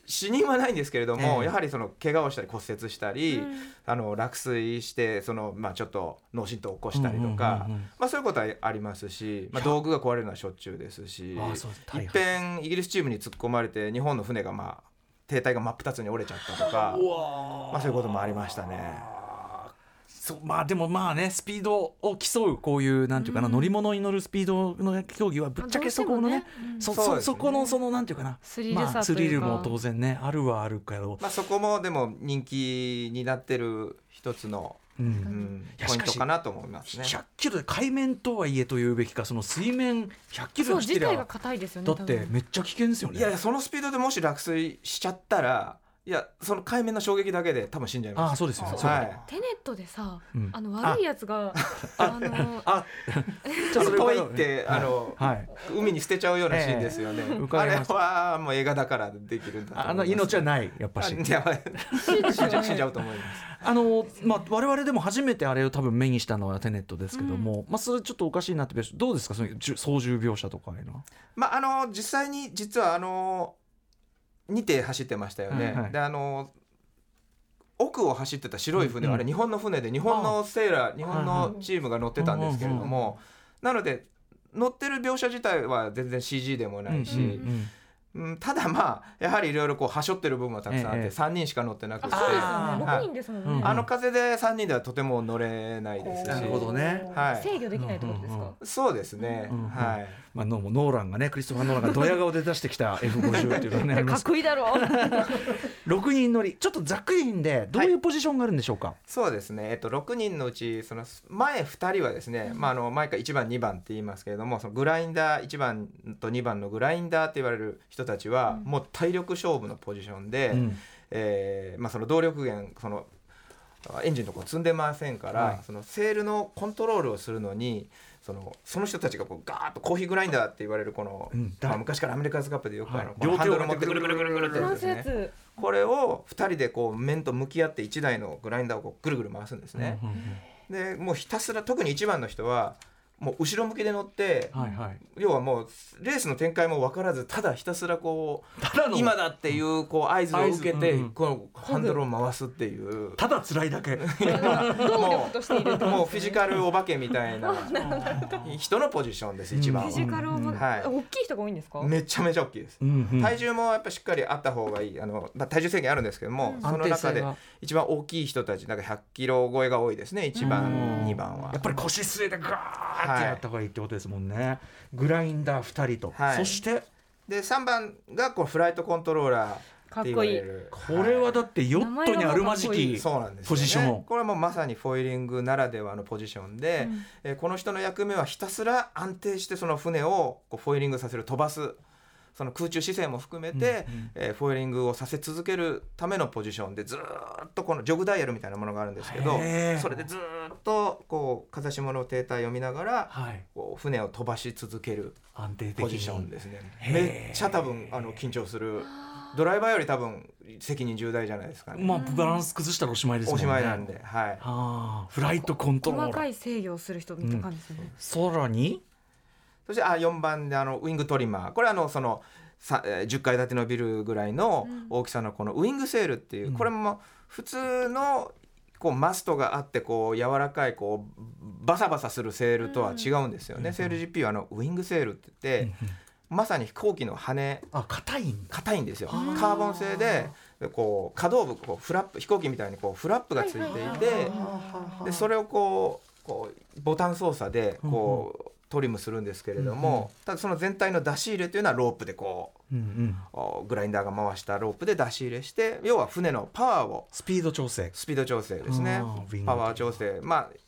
死人はないんですけれども、やはりその怪我をしたり骨折したり、 うん、 落水してその、ちょっと脳震盪を起こしたりとか、そういうことはありますし、道具が壊れるのはしょっちゅうですし、いっぺんイギリスチームに突っ込まれて日本の船が艇体が真っ二つに折れちゃったとか、そういうこともありましたね。 でもねスピードを競うこういうなんていうかな、乗り物に乗るスピードの競技はぶっちゃけそこのね、そこのそのなんていうかなスリルさというか、 スリルも当然ねあるはあるけど、 そこもでも人気になってる一つのポイントかなと思いますね。 100キロで海面とはいえというべきか、その水面100キロ自体が硬いですよね。 だってめっちゃ危険ですよね。 いやそのスピードでもし落水しちゃったら、いやその海面の衝撃だけで多分死んじゃいます。 そうですよね。 テネットでさ、悪いやつがポイって海に捨てちゃうようなシーンですよね。あれはもう映画だからできるんだと思います。 命はないやっぱし死んじゃうと思います。 我々でも初めてあれを多分目にしたのはテネットですけども、それちょっとおかしいなってどうですか、その操縦描写とかいうのは。 実際に実は2艇走ってましたよね。で奥を走ってた白い船はあれ日本の船で、日本のセーラー、日本のチームが乗ってたんですけれども、なので乗ってる描写自体は全然 CG でもないし、ただやはりいろいろはしょってる部分はたくさんあって、3人しか乗ってなくて、 6人ですもんね。 風で3人ではとても乗れないですし、 なるほどね、 制御できないってことですか。 そうですね、 ノーランがね、クリストファー・ノーランがドヤ顔で出してきた F50 っていうのがねあります。 かっこいいだろう 6人乗り、ちょっとざっくりでどういうポジションがあるんでしょうか。 そうですね、6人のうちその前2人はですね、前から1番2番って言いますけれども、そのグラインダー1番と2番のグラインダーって言われる人たちはもう体力勝負のポジションで、その動力源、そのエンジンのとこ積んでませんから、そのセールのコントロールをするのにその人たちがガーッとコーヒーグラインダーって言われるこの、昔からアメリカンズカップでよくこのハンドルを持ってぐるぐるぐるぐるってやつですね。これを2人で面と向き合って1台のグラインダーをぐるぐる回すんですね。でもうひたすら、特に1番の人はもう後ろ向きで乗って、要はもうレースの展開も分からず、ただひたすら今だっていう合図を受けてこのハンドルを回すっていう、 ただ辛いだけ動力としているもうフィジカルお化けみたいな人のポジションです。一番はフィジカル大きい人が多いんですか。 めちゃめちゃ大きいです。体重もやっぱしっかりあった方がいい。体重制限あるんですけども、その中で一番大きい人たちなんか100キロ超えが多いですね。1番2番はやっぱり腰据えてガーってやった方がいいってことですもんね。グラインダー2人と、そしてで3番がフライトコントローラーって言われる。 これはだってヨットにあるまじきポジション。 これはもうまさにフォイリングならではのポジションで、この人の役目はひたすら安定してその船をフォイリングさせる、飛ばす、その空中姿勢も含めて、フォイリングをさせ続けるためのポジションで、ずっとこのジョグダイヤルみたいなものがあるんですけど、それでずっと風下の艇体を見ながら、船を飛ばし続けるポジションですね。めっちゃ多分緊張する。ドライバーより多分責任重大じゃないですかね。 バランス崩したらおしまいですもんね。 おしまいなんで、 フライトコントローラー、 細かい制御をする人みたいな感じですね。 さらにそして4番でウィングトリマー、これその10階建てのビルぐらいの大きさのこのウィングセールっていう、これも普通のマストがあって柔らかいバサバサするセールとは違うんですよね。セール GP はウィングセールって言って、まさに飛行機の羽、硬いんですよ。カーボン製で可動部フラップ、飛行機みたいにフラップがついていて、でそれをボタン操作でトリムするんですけれども、ただその全体の出し入れというのはロープでグラインダーが回したロープで出し入れして、要は船のパワーをスピード調整ですね。パワー調整、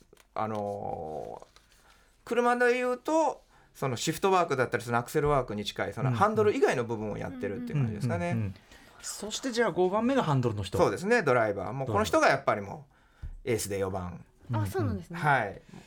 車でいうとそのシフトワークだったりそのアクセルワークに近い、そのハンドル以外の部分をやってるっていう感じですかね。 そしてじゃあ5番目がハンドルの人。 そうですね、ドライバー。もうこの人がやっぱりもうエースで4番。 そうなんですね。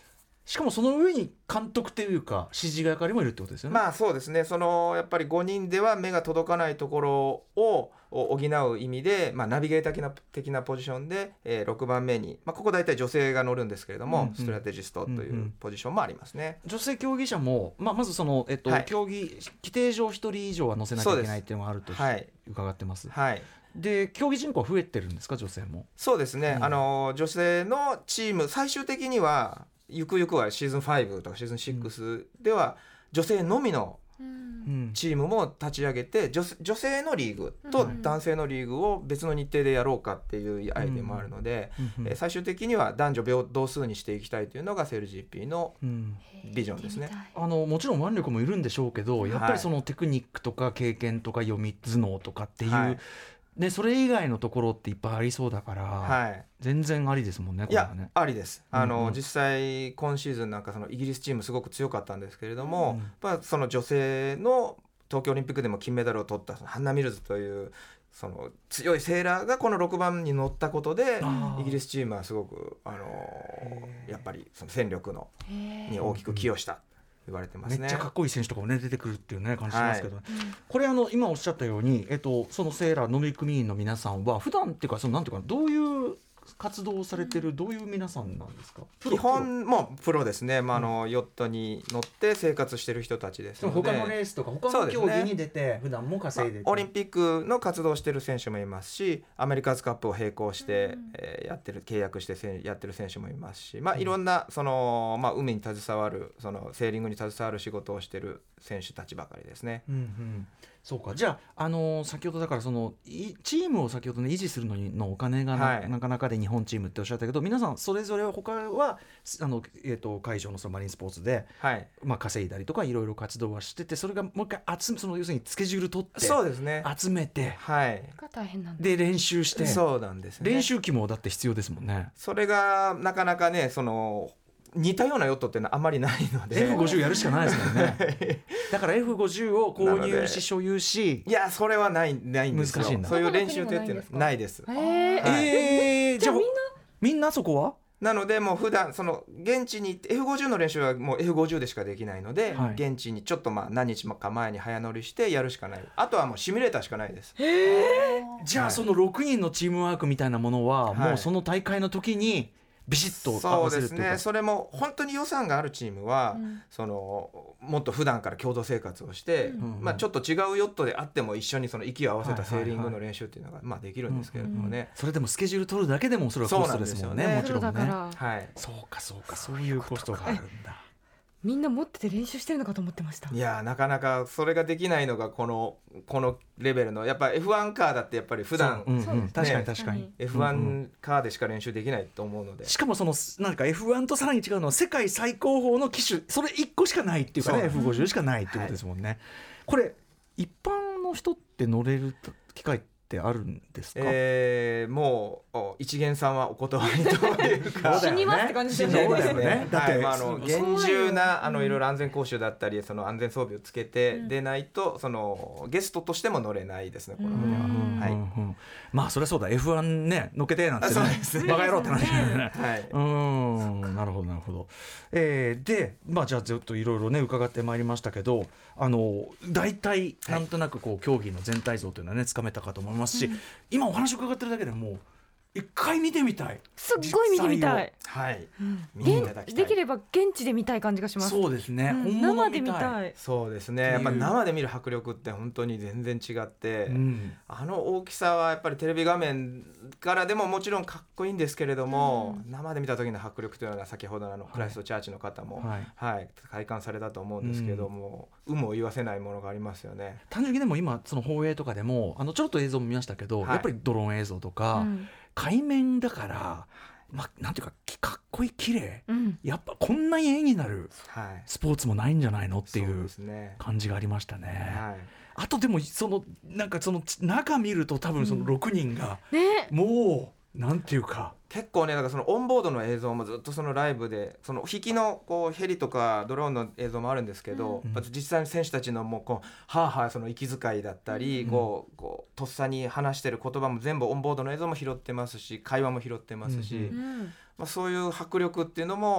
しかもその上に監督というか指示係もいるってことですよね。 まあそうですね、やっぱり5人では目が届かないところを補う意味で、ナビゲーター的なポジションで、6番目に、ここ大体女性が乗るんですけれども、ストラテジストというポジションもありますね。 女性競技者も、まずその、競技規定上1人以上は乗せなきゃいけないっていうのがあると伺ってます。で競技人口は増えてるんですか、女性も。 そうですね、女性のチーム最終的にはゆくゆくはシーズン5とかシーズン6では女性のみのチームも立ち上げて、女性のリーグと男性のリーグを別の日程でやろうかっていうアイデアもあるので、最終的には男女平等数にしていきたいというのが SailGP のビジョンですね。 もちろん腕力もいるんでしょうけど、やっぱりそのテクニックとか経験とか読み頭脳とかっていう、でそれ以外のところっていっぱいありそうだから、全然ありですもんね。これはね、 いやありです。実際今シーズンなんかそのイギリスチームすごく強かったんですけれども、その女性の東京オリンピックでも金メダルを取ったハンナ・ミルズというその強いセーラーがこの6番に乗ったことで、イギリスチームはすごくやっぱりその戦力に大きく寄与した。言われてますね。 めっちゃかっこいい選手とかもね出てくるっていうね感じしますけど、これ今おっしゃったように、そのセーラー乗組員の皆さんは普段っていうかなんていうかどういう活動をされてる、どういう皆さんなんですか。 基本もうプロですね。ヨットに乗って生活してる人たちですので、 他のレースとか他の競技に出て普段も稼いでて、 オリンピックの活動をしてる選手もいますし、アメリカーズカップを並行して、契約してやってる選手もいますし、いろんな海に携わるそのセーリングに携わる仕事をしてる選手たちばかりですね。 そうか。じゃあ、先ほどだからそのチームを先ほどね維持するのにのお金がなかなかで日本チームっておっしゃったけど、皆さんそれぞれ他は会場のそのマリンスポーツで、稼いだりとかいろいろ活動はしてて、それがもう一回その要するにスケジュール取ってそうですね、 集めて、 が大変なんだ。 で練習して、 そうなんですね。 練習機もだって必要ですもんね。 それがなかなかね、似たようなヨットってのはあまりないので F50 やるしかないですもんねだから F50 を購入し所有し、 いやそれはないんですよ。 難しいんだ。 そういう練習っていうのはないです。 じゃあみんなそこはなのでもう普段現地に行って F50 の練習はもう F50 でしかできないので、現地にちょっと何日か前に早乗りしてやるしかない。あとはもうシミュレーターしかないです。 じゃあその6人のチームワークみたいなものは、もうその大会の時にビシッと合わせるっていうか。 そうですね。それも本当に予算があるチームは、もっと普段から共同生活をして、ちょっと違うヨットであっても一緒に息を合わせたセーリングの練習っていうのができるんですけれどもね。 それでもスケジュール取るだけでもそれはコストですもんね。もちろんね。 そうかそういうコストがあるんだ。 みんな持ってて練習してるのかと思ってました。 いやなかなかそれができないのがこのレベルのやっぱ F1 カーだってやっぱり普段、 確かに F1 カーでしか練習できないと思うので、 しかもなんか F1 とさらに違うのは世界最高峰の機種、それ1個しかないっていうかね、F50 しかないっていうことですもんね。これ一般の人って乗れる機会ってあるんですか。 もう一元さんはお断りというか死にますって感じですよね。 だって厳重ないろいろ安全講習だったり安全装備をつけてでないとゲストとしても乗れないですね、これは。 そりゃそうだ、 F1 ね乗っけてなんてね、バカ野郎ってなってるね。なるほど。でじゃあずっといろいろね伺ってまいりましたけど、大体なんとなく競技の全体像というのはねつかめたかと思いますし、今お話を伺ってるだけでもう一回見てみたい。 すっごい見てみたい。 見ていただきたい。 できれば現地で見たい感じがします。 そうですね、 生で見たい。 そうですね、やっぱ生で見る迫力って本当に全然違って、大きさはやっぱりテレビ画面からでももちろんかっこいいんですけれども、生で見た時の迫力というのは先ほどクライストチャーチの方も、体感されたと思うんですけども、有無を言わせないものがありますよね。 単純にでも今その放映とかでもちょっと映像も見ましたけど、やっぱりドローン映像とか、海面だからなんていうかかっこいい綺麗、やっぱこんなに絵になるスポーツもないんじゃないのっていう感じがありましたね。あとでもなんか中見ると多分その6人がもうなんていうか結構ね、だからオンボードの映像もずっとライブで引きのヘリとかドローンの映像もあるんですけど、実際に選手たちのもう息遣いだったり、とっさに話してる言葉も全部オンボードの映像も拾ってますし、会話も拾ってますし、そういう迫力っていうのも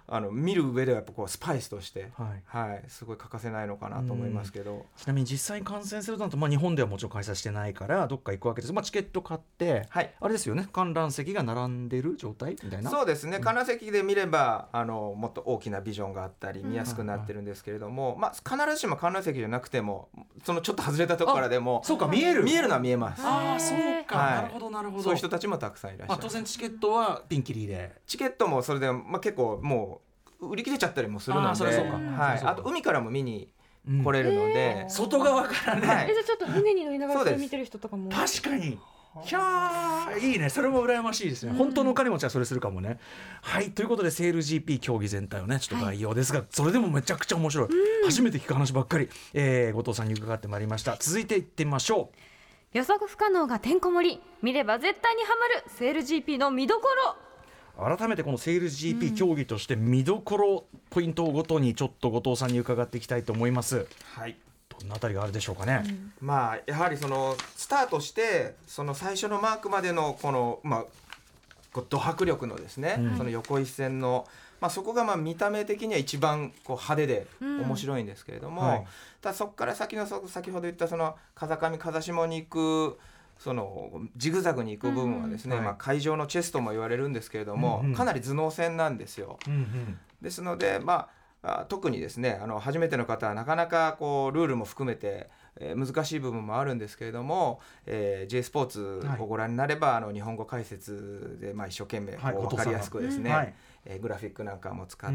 見る上ではやっぱこうスパイスとして、 はいはい、すごい欠かせないのかなと思いますけど、 ちなみに実際に観戦するとなると、日本ではもちろん開催してないからどっか行くわけです、チケット買って、 はい、あれですよね、観覧席が並んでる状態みたいな。 そうですね、観覧席で見ればもっと大きなビジョンがあったり見やすくなってるんですけれども、必ずしも観覧席じゃなくてもそのちょっと外れたところからでもそうか見えるのは見えます。 そうか、なるほどなるほど。 そういう人たちもたくさんいらっしゃる。 当然チケットはピンキリで、 チケットもそれで、結構もう売り切れちゃったりもするので、あと海からも見に来れるので、 外側からね、 じゃあちょっと船に乗りながらそれ見てる人とかも。 確かにいいね、それも羨ましいですね、本当のお金持ちはそれするかもね。はい、ということでセール GP 競技全体をねちょっと概要ですが、それでもめちゃくちゃ面白い、初めて聞く話ばっかり、後藤さんに伺ってまいりました。続いていってみましょう。予測不可能がてんこ盛り、見れば絶対にハマるセール GP の見どころ。 改めてこのセール GP 競技として見どころ、ポイントをごとにちょっと後藤さんに伺っていきたいと思います。 はい、 どんなあたりがあるでしょうかね。 やはりそのスタートしてその最初のマークまでのこのド迫力のですね、その横一線の、そこが見た目的には一番派手で面白いんですけれども、ただそこから先の先ほど言ったその風上風下に行くそのジグザグに行く部分はですね、海上のチェスとも言われるんですけれども、かなり頭脳戦なんですよ。ですので特にですね初めての方はなかなかルールも含めて、難しい部分もあるんですけれども、J スポーツをご覧になれば、日本語解説で一生懸命分かりやすくですね、グラフィックなんかも使って、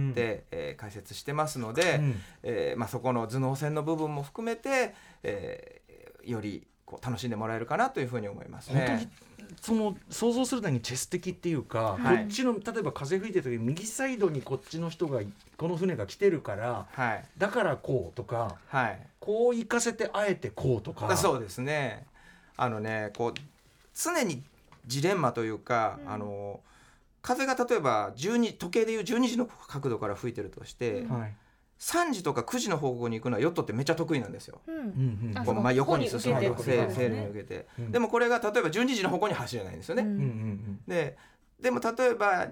解説してますので、そこの頭脳戦の部分も含めて、より楽しんでもらえるかなというふうに思いますね。 本当にその想像するのにチェス的っていうか、こっちの例えば風吹いてる時に右サイドにこっちの人がこの船が来てるから、だからこうとか、こう行かせてあえてこうとか。 そうですね、常にジレンマというか、風が例えば時計でいう12時の角度から吹いてるとして、3時とか9時の方向に行くのはヨットってめっちゃ得意なんですよ。横に進むセールに向けて、でもこれが例えば12時の方向に走れないんですよね。でも例えば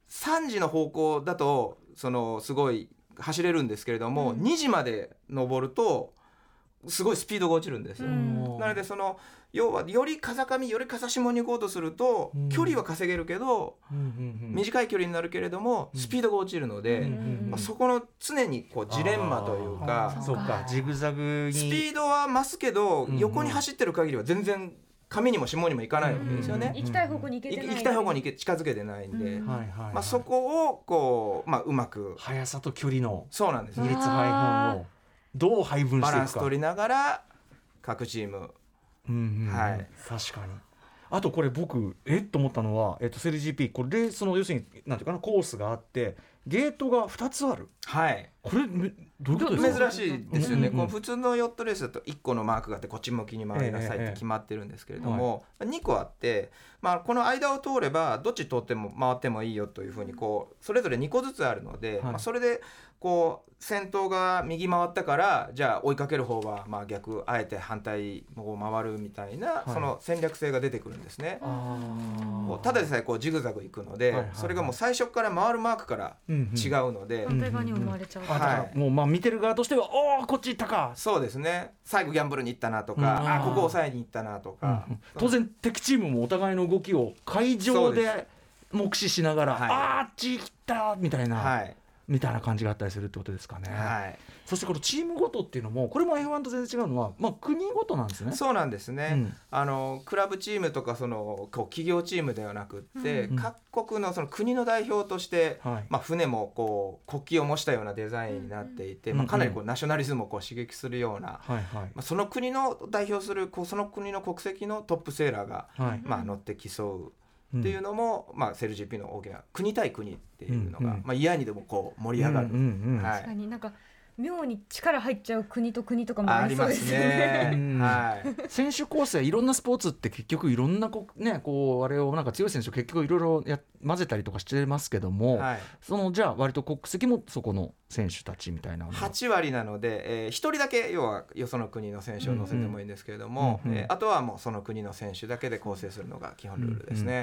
3時の方向だとすごい走れるんですけれども、2時まで登るとすごいスピードが落ちるんですよ。なので要はより風上より風下に行こうとすると、距離は稼げるけど、短い距離になるけれどもスピードが落ちるので、そこの常にジレンマというか、 そうか、ジグザグにスピードは増すけど、横に走ってる限りは全然上にも下にも行かないわけですよね。 行きたい方向に行けてない、 行きたい方向に近づけてないんで、そこをうまく速さと距離のそうなんです、 比率配分をどう配分していくか、 バランス取りながら各チーム、 確かに。あとこれ僕と思ったのは、セル GP これ要するになんていうかな、コースがあってゲートが2つある。これどういうことですか？ 珍しいですよね。この普通のヨットレースだと1個のマークがあってこっち向きに回りなさいって決まってるんですけれども、2個あって、この間を通ればどっち通っても回ってもいいよというふうにそれぞれ2個ずつあるので、それで先頭が右回ったからじゃあ追いかける方は逆あえて反対を回るみたいな、その戦略性が出てくるんですね。ただでさえジグザグ行くので、それがもう最初から回るマークから違うので、 反対側にも回れちゃう。 もう見てる側としてはこっち行ったか、 そうですね、最後ギャンブルに行ったなとか、ここ抑えに行ったなとか、 当然敵チームもお互いの動きを会場で目視しながら、あっち行ったみたいな、みたいな感じがあったりするってことですかね。そしてこのチームごとっていうのもこれも F1 と全然違うのは、国ごとなんですね。 そうなんですね、クラブチームとか企業チームではなくって、各国の国の代表として、船も国旗を模したようなデザインになっていて、かなりナショナリズムを刺激するような、その国の代表するその国の国籍のトップセーラーが、乗って競うっていうのも、セル GP の大きな国対国っていうのが、嫌にでも盛り上がる。 確かになんか妙に力入っちゃう国と国とかもありそうですね。 選手構成いろんなスポーツって結局いろんなあれを強い選手を結局いろいろ混ぜたりとかしてますけども、じゃあ割と国籍もそこの選手たちみたいな 8割なので、1人だけ要はよその国の選手を乗せてもいいんですけれども、あとはもうその国の選手だけで構成するのが基本ルールですね。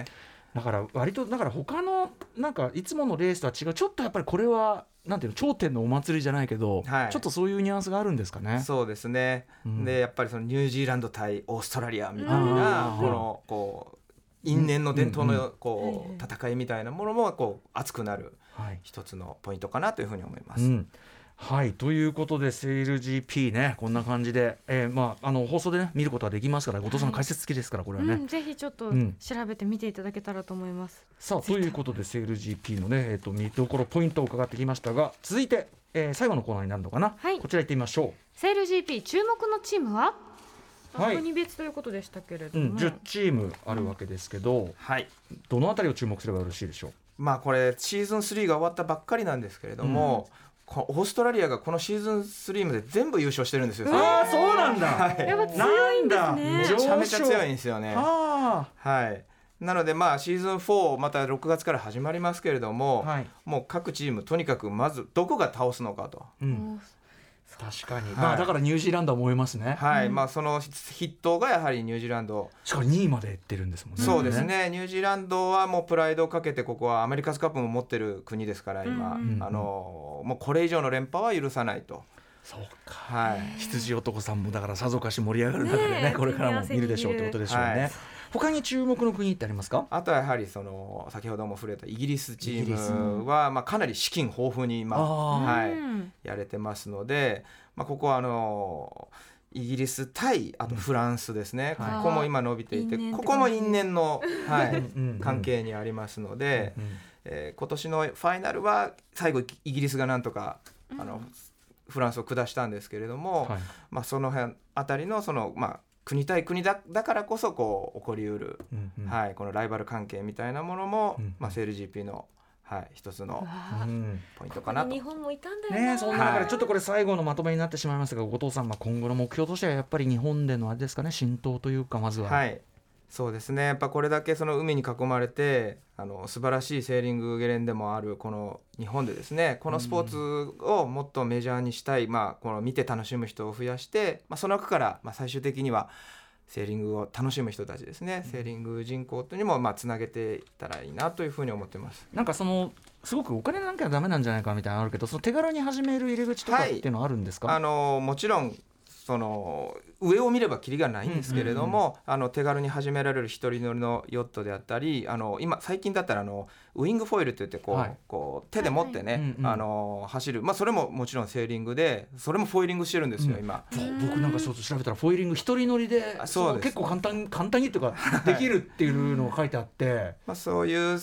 だから割と他のなんかいつものレースとは違う、ちょっとやっぱりこれはなんていうの、頂点のお祭りじゃないけど、 はい、 ちょっとそういうニュアンスがあるんですかね。 そうですね、でやっぱりそのニュージーランド対オーストラリアみたいな、こう因縁の伝統のこう戦いみたいなものもこう熱くなる一つのポイントかなというふうに思います。 はい、ということでセール GP ね、こんな感じで、放送で、ね、見ることができますから、後藤さんの解説付きですから、これはね、 ぜひちょっと調べてみていただけたらと思います。 さあということでセール GP のね、見どころポイントを伺ってきましたが、続いて、最後のコーナーになるのかな、こちら行ってみましょう。 セール GP 注目のチームは国別ということでしたけれども、 10チームあるわけですけど、どのあたりを注目すればよろしいでしょう。 これシーズン3が終わったばっかりなんですけれども、オーストラリアがこのシーズン3まで全部優勝してるんですよ。 ああ、そうなんだ、 やっぱ強いんですね。 めちゃめちゃ強いんですよね。なのでシーズン4また6月から始まりますけれども、もう各チームとにかくまずどこが倒すのかと、 確かに、だからニュージーランドは思いますね。 その筆頭がやはりニュージーランド、 しかも2位までいってるんですもんね。 そうですね、ニュージーランドはもうプライドをかけて、ここはアメリカズカップも持ってる国ですから今、もうこれ以上の連覇は許さないと。 そうか、羊男さんもだからさぞかし盛り上がる中でね、これからも見るでしょうってことでしょうね。他に注目の国ってありますか。 あとはやはりその先ほども触れたイギリスチームはかなり資金豊富にやれてますので、ここはイギリス対あとフランスですね、ここも今伸びていて、ここも因縁の関係にありますので、今年のファイナルは最後イギリスがなんとかフランスを下したんですけれども、その辺あたりの国対国 だからこそこう起こりうる、このライバル関係みたいなものも、セール GP の一つのポイントかなと。 日本もいたんだよね。 そんな中でちょっとこれ最後のまとめになってしまいますが、後藤さん、今後の目標としてはやっぱり日本でのあれですかね、浸透というか、まずは。 そうですね、やっぱこれだけその海に囲まれて素晴らしいセーリングゲレンデもあるこの日本でですね、このスポーツをもっとメジャーにしたい、この見て楽しむ人を増やして、その中から最終的にはセーリングを楽しむ人たちですね、セーリング人口というにもつなげていったらいいなというふうに思ってます。 なんかすごくお金なんかダメなんじゃないかみたいなのあるけど、その手軽に始める入り口とかっていうのはあるんですか。 もちろんその上を見ればキリがないんですけれども、手軽に始められる一人乗りのヨットであったり、最近だったらウイングフォイルっていってこう手で持ってね、走る、それももちろんセーリングで、それもフォイリングしてるんですよ、今。 僕なんかちょっと調べたらフォイリング一人乗りで結構簡単にっていうかできるっていうのが書いてあって、 そういう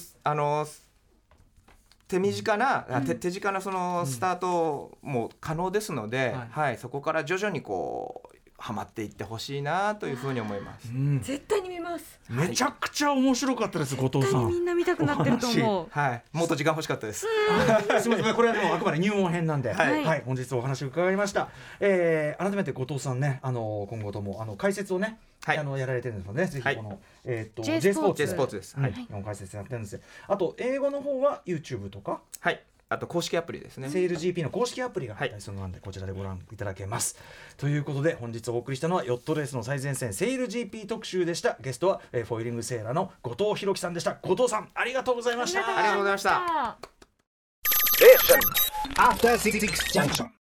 手近なそのスタートも可能ですので、そこから徐々にこうハマっていってほしいなというふうに思います。 絶対に見ます。 めちゃくちゃ面白かったです、後藤さん。 みんな見たくなってると思う。 もっと時間欲しかったです。 すみません、これはでもあくまで入門編なんで、本日お話を伺いました。改めて後藤さんね、今後とも解説をね、やられてるんですので、ぜひこの J スポーツです。 解説やってるんですよ。あと英語の方は YouTube とか。 あと公式アプリですね。 セール GP の公式アプリが入ったりするので、こちらでご覧いただけます。ということで本日お送りしたのはヨットレースの最前線セール GP 特集でした。ゲストはフォイリングセーラーの後藤弘樹さんでした。後藤さん、ありがとうございました。 ありがとうございました。 After 66 junction.